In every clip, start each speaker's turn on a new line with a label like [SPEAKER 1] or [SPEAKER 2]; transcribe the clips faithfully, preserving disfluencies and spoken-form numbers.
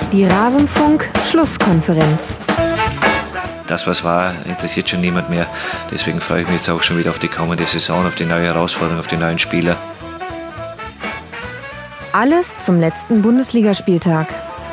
[SPEAKER 1] Die Rasenfunk-Schlusskonferenz.
[SPEAKER 2] Das, was war, interessiert schon niemand mehr. Deswegen freue ich mich jetzt auch schon wieder auf die kommende Saison, auf die neue Herausforderung, auf die neuen Spieler.
[SPEAKER 1] Alles zum letzten Bundesligaspieltag.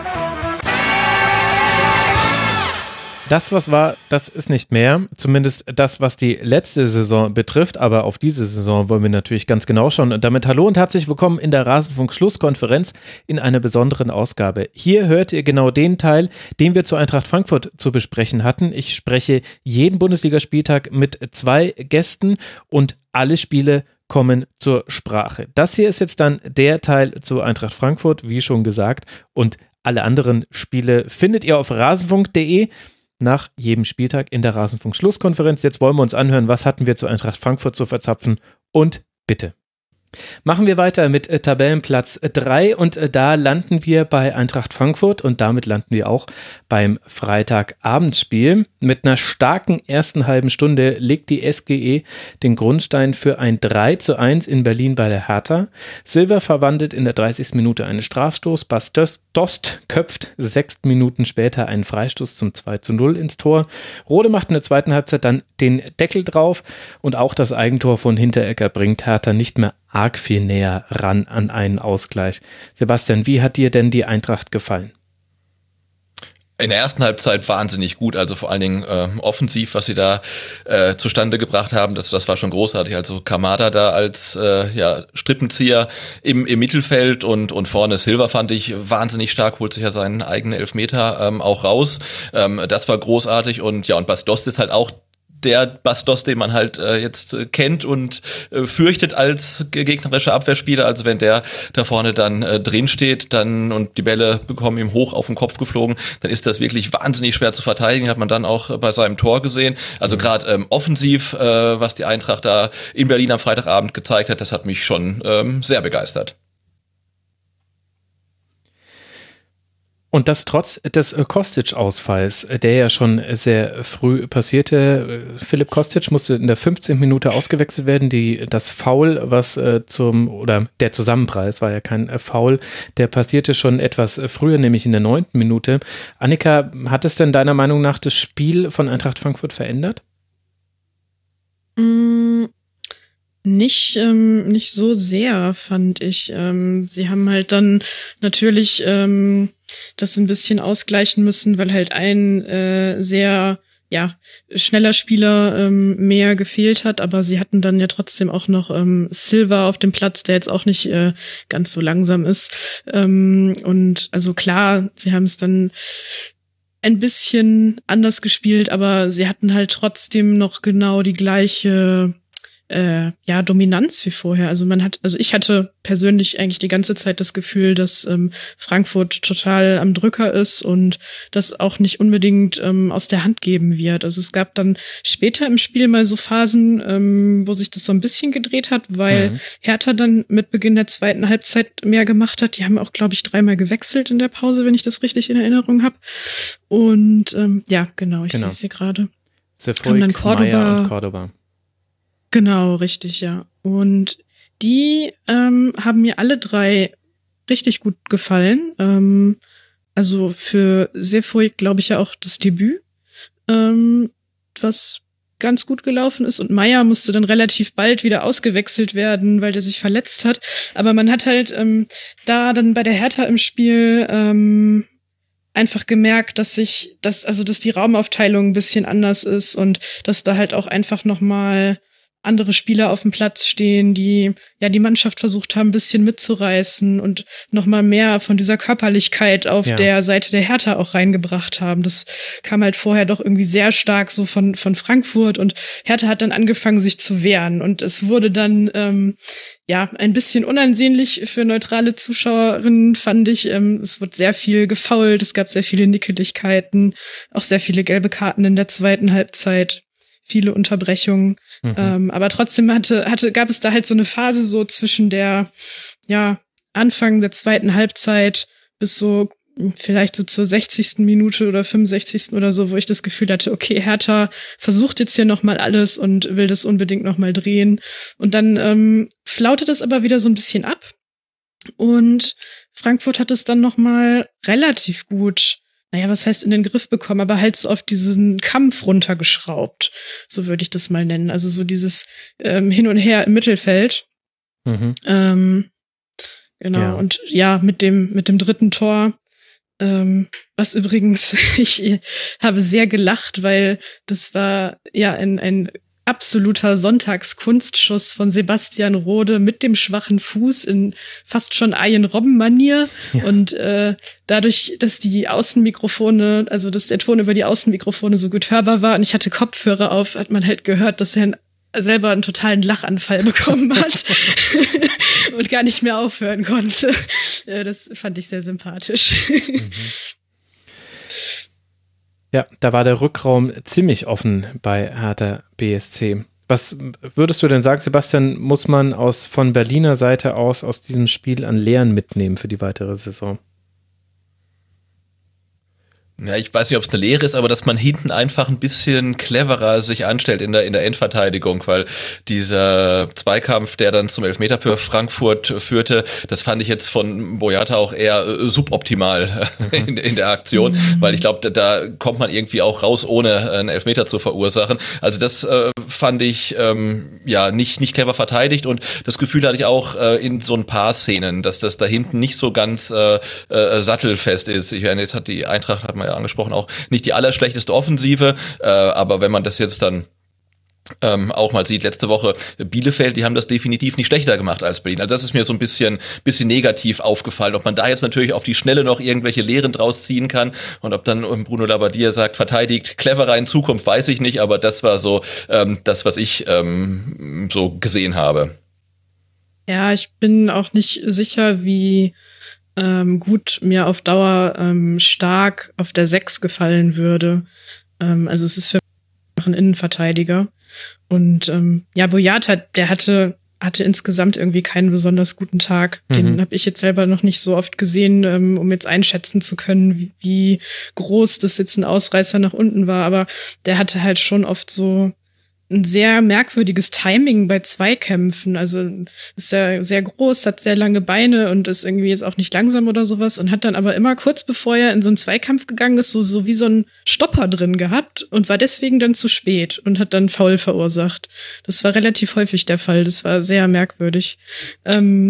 [SPEAKER 3] Das, was war, das ist nicht mehr. Zumindest das, was die letzte Saison betrifft. Aber auf diese Saison wollen wir natürlich ganz genau schauen. Und damit hallo und herzlich willkommen in der Rasenfunk-Schlusskonferenz in einer besonderen Ausgabe. Hier hört ihr genau den Teil, den wir zu Eintracht Frankfurt zu besprechen hatten. Ich spreche jeden Bundesligaspieltag mit zwei Gästen und alle Spiele kommen zur Sprache. Das hier ist jetzt dann der Teil zu Eintracht Frankfurt, wie schon gesagt. Und alle anderen Spiele findet ihr auf rasenfunk punkt de. Nach jedem Spieltag in der Rasenfunk-Schlusskonferenz. Jetzt wollen wir uns anhören, was hatten wir zu Eintracht Frankfurt zu verzapfen und bitte. Machen wir weiter mit äh, Tabellenplatz drei und äh, da landen wir bei Eintracht Frankfurt und damit landen wir auch beim Freitagabendspiel. Mit einer starken ersten halben Stunde legt die S G E den Grundstein für ein drei zu eins in Berlin bei der Hertha. Silva verwandelt in der dreißigsten Minute einen Strafstoß, Bas Dost köpft sechs Minuten später einen Freistoß zum zwei zu null ins Tor. Rode macht in der zweiten Halbzeit dann den Deckel drauf und auch das Eigentor von Hinteregger bringt Hertha nicht mehr arg viel näher ran an einen Ausgleich. Sebastian, wie hat dir denn die Eintracht gefallen?
[SPEAKER 4] In der ersten Halbzeit wahnsinnig gut, also vor allen Dingen äh, offensiv, was sie da äh, zustande gebracht haben, das, das war schon großartig. Also Kamada da als äh, ja, Strippenzieher im, im Mittelfeld und, und vorne Silva fand ich wahnsinnig stark, holt sich ja seinen eigenen Elfmeter ähm, auch raus. Ähm, das war großartig und ja, und Bas Dost ist halt auch der Bas Dost, den man halt äh, jetzt äh, kennt und äh, fürchtet als gegnerischer Abwehrspieler. Also wenn der da vorne dann äh, drin steht, dann und die Bälle bekommen ihm hoch auf den Kopf geflogen, dann ist das wirklich wahnsinnig schwer zu verteidigen. Hat man dann auch äh, bei seinem Tor gesehen. Also mhm. gerade ähm, offensiv, äh, was die Eintracht da in Berlin am Freitagabend gezeigt hat, das hat mich schon ähm, sehr begeistert.
[SPEAKER 3] Und das trotz des Kostic-Ausfalls, der ja schon sehr früh passierte. Philipp Kostic musste in der fünfzehnten Minute ausgewechselt werden. Die, das Foul, was äh, zum, oder der Zusammenpreis war ja kein äh, Foul, der passierte schon etwas früher, nämlich in der neunten Minute. Annika, hat es denn deiner Meinung nach das Spiel von Eintracht Frankfurt verändert?
[SPEAKER 5] Mm. Nicht, ähm, nicht so sehr, fand ich. Ähm, sie haben halt dann natürlich ähm, das ein bisschen ausgleichen müssen, weil halt ein äh, sehr ja schneller Spieler ähm, mehr gefehlt hat, aber sie hatten dann ja trotzdem auch noch ähm, Silva auf dem Platz, der jetzt auch nicht äh, ganz so langsam ist. Ähm, und also klar, sie haben es dann ein bisschen anders gespielt, aber sie hatten halt trotzdem noch genau die gleiche Äh, ja, Dominanz wie vorher. Also man hat, also ich hatte persönlich eigentlich die ganze Zeit das Gefühl, dass ähm, Frankfurt total am Drücker ist und das auch nicht unbedingt ähm, aus der Hand geben wird. Also es gab dann später im Spiel mal so Phasen, ähm, wo sich das so ein bisschen gedreht hat, weil mhm. Hertha dann mit Beginn der zweiten Halbzeit mehr gemacht hat. Die haben auch, glaube ich, dreimal gewechselt in der Pause, wenn ich das richtig in Erinnerung habe. Und ähm, ja, genau, ich
[SPEAKER 3] genau.
[SPEAKER 5] sehe es hier gerade.
[SPEAKER 3] Sefoik, Meier und Cordoba.
[SPEAKER 5] Genau, richtig, ja. Und die ähm, haben mir alle drei richtig gut gefallen. Ähm, also für Sefoik glaube ich ja auch das Debüt, ähm, was ganz gut gelaufen ist. Und Meier musste dann relativ bald wieder ausgewechselt werden, weil der sich verletzt hat. Aber man hat halt ähm, da dann bei der Hertha im Spiel ähm, einfach gemerkt, dass sich, dass also dass die Raumaufteilung ein bisschen anders ist und dass da halt auch einfach nochmal andere Spieler auf dem Platz stehen, die ja die Mannschaft versucht haben, ein bisschen mitzureißen und nochmal mehr von dieser Körperlichkeit auf ja. der Seite der Hertha auch reingebracht haben. Das kam halt vorher doch irgendwie sehr stark so von von Frankfurt und Hertha hat dann angefangen, sich zu wehren und es wurde dann ähm, ja ein bisschen unansehnlich für neutrale Zuschauerinnen, fand ich. Ähm, es wurde sehr viel gefoult, es gab sehr viele Nickeligkeiten, auch sehr viele gelbe Karten in der zweiten Halbzeit. Viele Unterbrechungen, mhm. ähm, aber trotzdem hatte, hatte, gab es da halt so eine Phase so zwischen der, ja, Anfang der zweiten Halbzeit bis so vielleicht so zur sechzigsten Minute oder fünfundsechzigsten oder so, wo ich das Gefühl hatte, okay, Hertha versucht jetzt hier nochmal alles und will das unbedingt nochmal drehen und dann ähm, flautet es aber wieder so ein bisschen ab. Und Frankfurt hat es dann nochmal relativ gut, naja, was heißt in den Griff bekommen, aber halt so auf diesen Kampf runtergeschraubt. So würde ich das mal nennen. Also so dieses ähm, Hin und Her im Mittelfeld. Mhm. Ähm, genau. Ja. Und ja, mit dem, mit dem dritten Tor, ähm, was übrigens, ich habe sehr gelacht, weil das war ja ein, ein absoluter Sonntagskunstschuss von Sebastian Rode mit dem schwachen Fuß in fast schon Arjen-Robben-Manier. Ja. Und äh, dadurch, dass die Außenmikrofone, also dass der Ton über die Außenmikrofone so gut hörbar war und ich hatte Kopfhörer auf, hat man halt gehört, dass er ein selber einen totalen Lachanfall bekommen hat und gar nicht mehr aufhören konnte. Das fand ich sehr sympathisch. Mhm.
[SPEAKER 3] Ja, da war der Rückraum ziemlich offen bei Hertha B S C. Was würdest du denn sagen, Sebastian, muss man aus von Berliner Seite aus aus diesem Spiel an Lehren mitnehmen für die weitere Saison?
[SPEAKER 4] Ja, ich weiß nicht, ob es eine Lehre ist, aber dass man hinten einfach ein bisschen cleverer sich anstellt in der in der Endverteidigung, weil dieser Zweikampf, der dann zum Elfmeter für Frankfurt führte, das fand ich jetzt von Boyata auch eher äh, suboptimal in, in der Aktion, mhm. weil ich glaube, da, da kommt man irgendwie auch raus, ohne einen Elfmeter zu verursachen. Also das äh, fand ich ähm, ja nicht nicht clever verteidigt und das Gefühl hatte ich auch äh, in so ein paar Szenen, dass das da hinten nicht so ganz äh, äh, sattelfest ist. Ich meine, jetzt hat die Eintracht, hat man ja angesprochen, auch nicht die allerschlechteste Offensive, äh, aber wenn man das jetzt dann ähm, auch mal sieht, letzte Woche Bielefeld, die haben das definitiv nicht schlechter gemacht als Berlin. Also das ist mir so ein bisschen bisschen negativ aufgefallen. Ob man da jetzt natürlich auf die Schnelle noch irgendwelche Lehren draus ziehen kann und ob dann Bruno Labbadia sagt, verteidigt cleverer in Zukunft, weiß ich nicht, aber das war so ähm, das, was ich ähm, so gesehen habe.
[SPEAKER 5] Ja, ich bin auch nicht sicher, wie Ähm, gut mir auf Dauer ähm, Stark auf der sechs gefallen würde. Ähm, also es ist für mich ein Innenverteidiger. Und ähm, ja, Boyata, der hatte hatte insgesamt irgendwie keinen besonders guten Tag. Den mhm. habe ich jetzt selber noch nicht so oft gesehen, ähm, um jetzt einschätzen zu können, wie, wie groß das jetzt ein Ausreißer nach unten war. Aber der hatte halt schon oft so ein sehr merkwürdiges Timing bei Zweikämpfen. Also ist ja sehr groß, hat sehr lange Beine und ist irgendwie jetzt auch nicht langsam oder sowas und hat dann aber immer kurz bevor er in so einen Zweikampf gegangen ist, so, so wie so ein Stopper drin gehabt und war deswegen dann zu spät und hat dann Foul verursacht. Das war relativ häufig der Fall. Das war sehr merkwürdig. Ähm,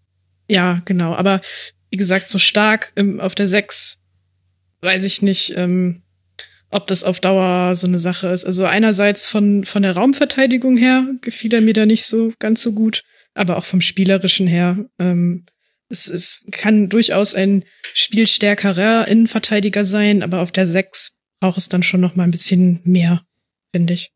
[SPEAKER 5] ja, genau. Aber wie gesagt, so Stark im, auf der sechs weiß ich nicht, ähm, ob das auf Dauer so eine Sache ist. Also einerseits von von der Raumverteidigung her gefiel er mir da nicht so ganz so gut, aber auch vom Spielerischen her. Ähm, es, es kann durchaus ein spielstärkerer Innenverteidiger sein, aber auf der sechs braucht es dann schon noch mal ein bisschen mehr, finde ich.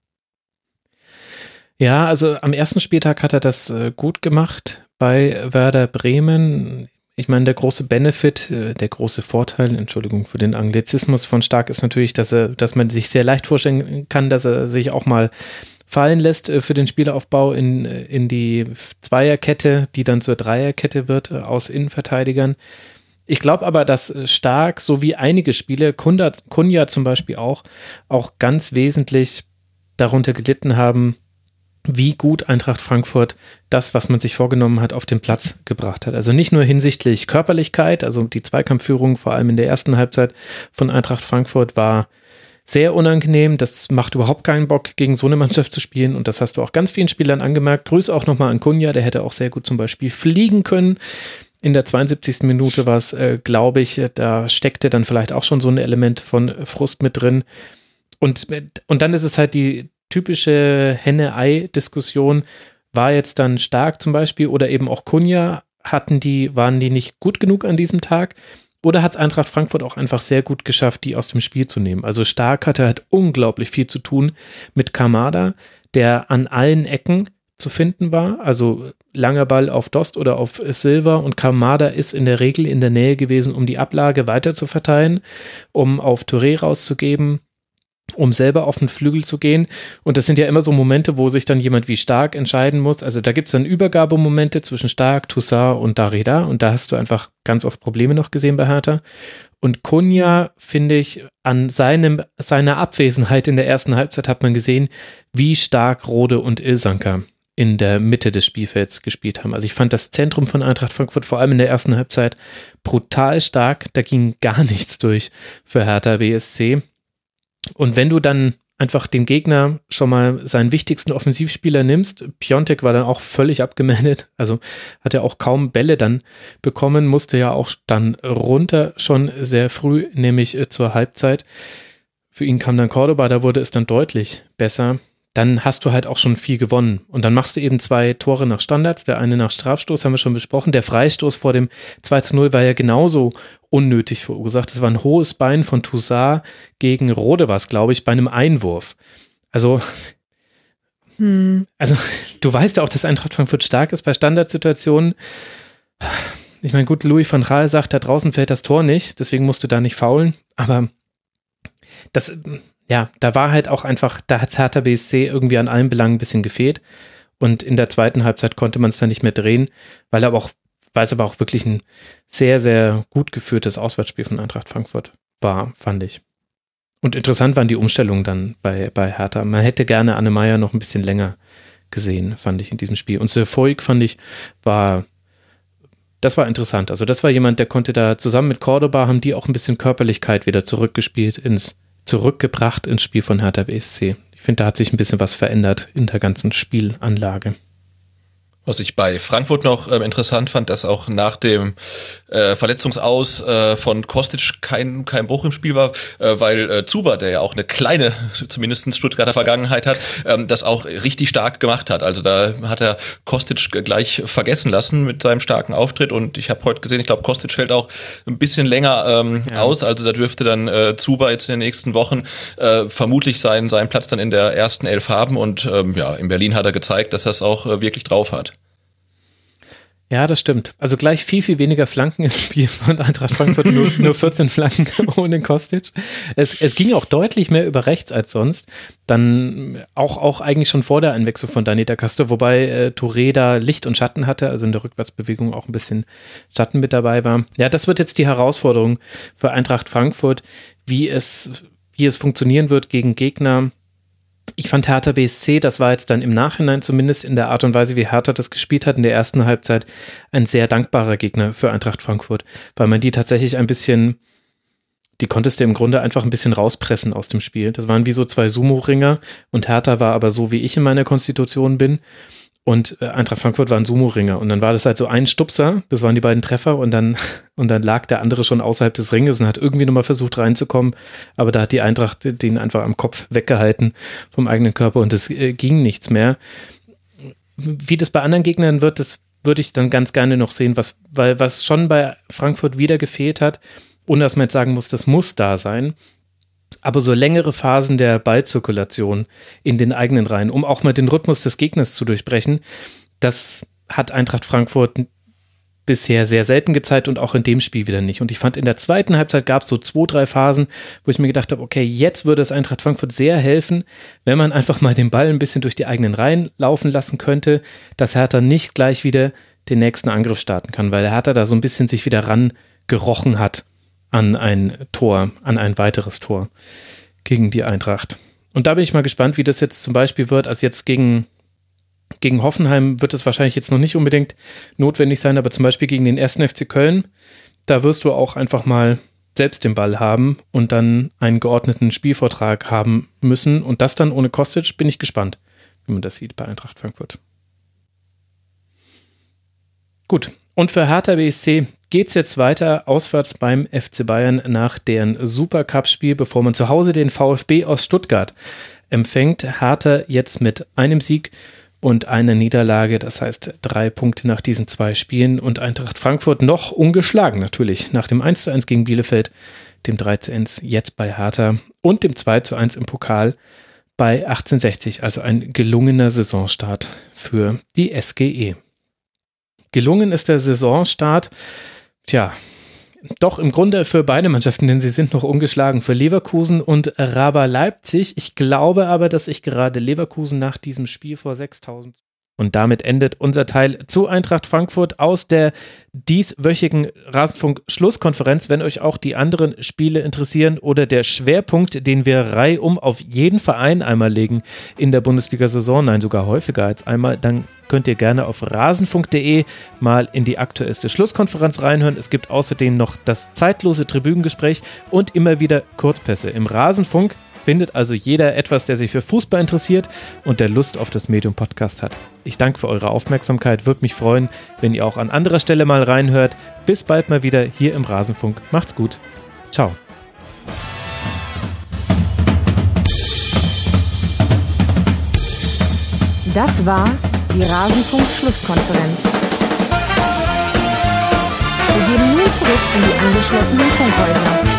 [SPEAKER 3] Ja, also am ersten Spieltag hat er das äh, gut gemacht bei Werder Bremen. Ich meine, der große Benefit, der große Vorteil, Entschuldigung für den Anglizismus von Stark ist natürlich, dass er, dass man sich sehr leicht vorstellen kann, dass er sich auch mal fallen lässt für den Spielaufbau in, in die Zweierkette, die dann zur Dreierkette wird aus Innenverteidigern. Ich glaube aber, dass Stark, so wie einige Spieler, Kunja, Kunja zum Beispiel auch, auch ganz wesentlich darunter gelitten haben, wie gut Eintracht Frankfurt das, was man sich vorgenommen hat, auf den Platz gebracht hat. Also nicht nur hinsichtlich Körperlichkeit, also die Zweikampfführung vor allem in der ersten Halbzeit von Eintracht Frankfurt war sehr unangenehm. Das macht überhaupt keinen Bock, gegen so eine Mannschaft zu spielen und das hast du auch ganz vielen Spielern angemerkt. Grüße auch nochmal an Kunja, der hätte auch sehr gut zum Beispiel fliegen können. In der zweiundsiebzigsten Minute war es, äh, glaube ich, da steckte dann vielleicht auch schon so ein Element von Frust mit drin. Und, und dann ist es halt die typische Henne-Ei-Diskussion, war jetzt dann Stark zum Beispiel oder eben auch Kunja, hatten die, waren die nicht gut genug an diesem Tag oder hat es Eintracht Frankfurt auch einfach sehr gut geschafft, die aus dem Spiel zu nehmen? Also Stark hatte halt unglaublich viel zu tun mit Kamada, der an allen Ecken zu finden war, also langer Ball auf Dost oder auf Silva und Kamada ist in der Regel in der Nähe gewesen, um die Ablage weiter zu verteilen, um auf Touré rauszugeben, um selber auf den Flügel zu gehen. Und das sind ja immer so Momente, wo sich dann jemand wie Stark entscheiden muss. Also da gibt es dann Übergabemomente zwischen Stark, Toussaint und Darida. Und da hast du einfach ganz oft Probleme noch gesehen bei Hertha. Und Kunja, finde ich, an seinem, seiner Abwesenheit in der ersten Halbzeit hat man gesehen, wie stark Rode und Ilsanker in der Mitte des Spielfelds gespielt haben. Also ich fand das Zentrum von Eintracht Frankfurt vor allem in der ersten Halbzeit brutal stark. Da ging gar nichts durch für Hertha B S C. Und wenn du dann einfach dem Gegner schon mal seinen wichtigsten Offensivspieler nimmst, Piontek war dann auch völlig abgemeldet, also hat er auch kaum Bälle dann bekommen, musste ja auch dann runter schon sehr früh, nämlich zur Halbzeit. Für ihn kam dann Cordoba, da wurde es dann deutlich besser. Dann hast du halt auch schon viel gewonnen. Und dann machst du eben zwei Tore nach Standards, der eine nach Strafstoß, haben wir schon besprochen. Der Freistoß vor dem zwei zu null war ja genauso unnötig verursacht. Das war ein hohes Bein von Toussaint gegen Rode, was glaube ich, bei einem Einwurf. Also, hm. also du weißt ja auch, dass Eintracht Frankfurt stark ist bei Standardsituationen. Ich meine, gut, Louis van Gaal sagt, da draußen fällt das Tor nicht, deswegen musst du da nicht faulen. Aber das... Ja, da war halt auch einfach, da hat Hertha B S C irgendwie an allen Belangen ein bisschen gefehlt und in der zweiten Halbzeit konnte man es dann nicht mehr drehen, weil aber auch, weil es aber auch wirklich ein sehr, sehr gut geführtes Auswärtsspiel von Eintracht Frankfurt war, fand ich. Und interessant waren die Umstellungen dann bei, bei Hertha. Man hätte gerne Anne Meyer noch ein bisschen länger gesehen, fand ich in diesem Spiel. Und Sefoik, fand ich, war, das war interessant. Also das war jemand, der konnte da zusammen mit Cordoba, haben die auch ein bisschen Körperlichkeit wieder zurückgespielt ins zurückgebracht ins Spiel von Hertha B S C. Ich finde, da hat sich ein bisschen was verändert in der ganzen Spielanlage.
[SPEAKER 4] Was ich bei Frankfurt noch ähm, interessant fand, dass auch nach dem äh, Verletzungsaus äh, von Kostic kein kein Bruch im Spiel war, äh, weil äh, Zuber, der ja auch eine kleine, zumindest Stuttgarter Vergangenheit hat, ähm, das auch richtig stark gemacht hat. Also da hat er Kostic gleich vergessen lassen mit seinem starken Auftritt und ich habe heute gesehen, ich glaube Kostic fällt auch ein bisschen länger ähm, ja. aus, also da dürfte dann äh, Zuber jetzt in den nächsten Wochen äh, vermutlich seinen, seinen Platz dann in der ersten Elf haben und ähm, ja, in Berlin hat er gezeigt, dass er es auch äh, wirklich drauf hat.
[SPEAKER 3] Ja, das stimmt. Also gleich viel, viel weniger Flanken im Spiel von Eintracht Frankfurt, nur, nur vierzehn Flanken ohne Kostic. Es, es ging auch deutlich mehr über rechts als sonst. Dann auch, auch eigentlich schon vor der Einwechslung von Dani da Costa, wobei äh, Touré da Licht und Schatten hatte, also in der Rückwärtsbewegung auch ein bisschen Schatten mit dabei war. Ja, das wird jetzt die Herausforderung für Eintracht Frankfurt, wie es, wie es funktionieren wird gegen Gegner. Ich fand Hertha B S C, das war jetzt dann im Nachhinein zumindest in der Art und Weise, wie Hertha das gespielt hat in der ersten Halbzeit, ein sehr dankbarer Gegner für Eintracht Frankfurt, weil man die tatsächlich ein bisschen, die konntest du im Grunde einfach ein bisschen rauspressen aus dem Spiel. Das waren wie so zwei Sumo-Ringer und Hertha war aber so, wie ich in meiner Konstitution bin und Eintracht Frankfurt war ein Sumo-Ringer und dann war das halt so ein Stupser, das waren die beiden Treffer und dann, und dann lag der andere schon außerhalb des Ringes und hat irgendwie nochmal versucht reinzukommen, aber da hat die Eintracht den einfach am Kopf weggehalten vom eigenen Körper und es äh, ging nichts mehr. Wie das bei anderen Gegnern wird, das würde ich dann ganz gerne noch sehen, was, weil was schon bei Frankfurt wieder gefehlt hat, ohne dass man jetzt sagen muss, das muss da sein, aber so längere Phasen der Ballzirkulation in den eigenen Reihen, um auch mal den Rhythmus des Gegners zu durchbrechen, das hat Eintracht Frankfurt bisher sehr selten gezeigt und auch in dem Spiel wieder nicht. Und ich fand, in der zweiten Halbzeit gab es so zwei, drei Phasen, wo ich mir gedacht habe, okay, jetzt würde es Eintracht Frankfurt sehr helfen, wenn man einfach mal den Ball ein bisschen durch die eigenen Reihen laufen lassen könnte, dass Hertha nicht gleich wieder den nächsten Angriff starten kann, weil Hertha da so ein bisschen sich wieder rangerochen hat an ein Tor, an ein weiteres Tor gegen die Eintracht. Und da bin ich mal gespannt, wie das jetzt zum Beispiel wird. Also jetzt gegen, gegen Hoffenheim wird es wahrscheinlich jetzt noch nicht unbedingt notwendig sein, aber zum Beispiel gegen den ersten F C Köln, da wirst du auch einfach mal selbst den Ball haben und dann einen geordneten Spielvortrag haben müssen und das dann ohne Kostic, bin ich gespannt, wie man das sieht bei Eintracht Frankfurt. Gut, und für Hertha B S C geht es jetzt weiter auswärts beim F C Bayern nach deren Supercup-Spiel, bevor man zu Hause den VfB aus Stuttgart empfängt. Hertha jetzt mit einem Sieg und einer Niederlage, das heißt drei Punkte nach diesen zwei Spielen und Eintracht Frankfurt noch ungeschlagen natürlich nach dem eins zu eins gegen Bielefeld, dem drei zu eins jetzt bei Hertha und dem zwei zu eins im Pokal bei achtzehnhundertsechzig, also ein gelungener Saisonstart für die S G E. Gelungen ist der Saisonstart, tja, doch im Grunde für beide Mannschaften, denn sie sind noch ungeschlagen, für Leverkusen und R B Leipzig. Ich glaube aber, dass ich gerade Leverkusen nach diesem Spiel vor sechstausend Und damit endet unser Teil zu Eintracht Frankfurt aus der dieswöchigen Rasenfunk-Schlusskonferenz. Wenn euch auch die anderen Spiele interessieren oder der Schwerpunkt, den wir reihum auf jeden Verein einmal legen in der Bundesliga-Saison, nein, sogar häufiger als einmal, dann könnt ihr gerne auf rasenfunk punkt de mal in die aktuellste Schlusskonferenz reinhören. Es gibt außerdem noch das zeitlose Tribünengespräch und immer wieder Kurzpässe. Im Rasenfunk findet also jeder etwas, der sich für Fußball interessiert und der Lust auf das Medium-Podcast hat. Ich danke für eure Aufmerksamkeit, würde mich freuen, wenn ihr auch an anderer Stelle mal reinhört. Bis bald mal wieder hier im Rasenfunk. Macht's gut. Ciao.
[SPEAKER 1] Das war die Rasenfunk-Schlusskonferenz. Wir geben nun zurück in die angeschlossenen Funkhäuser.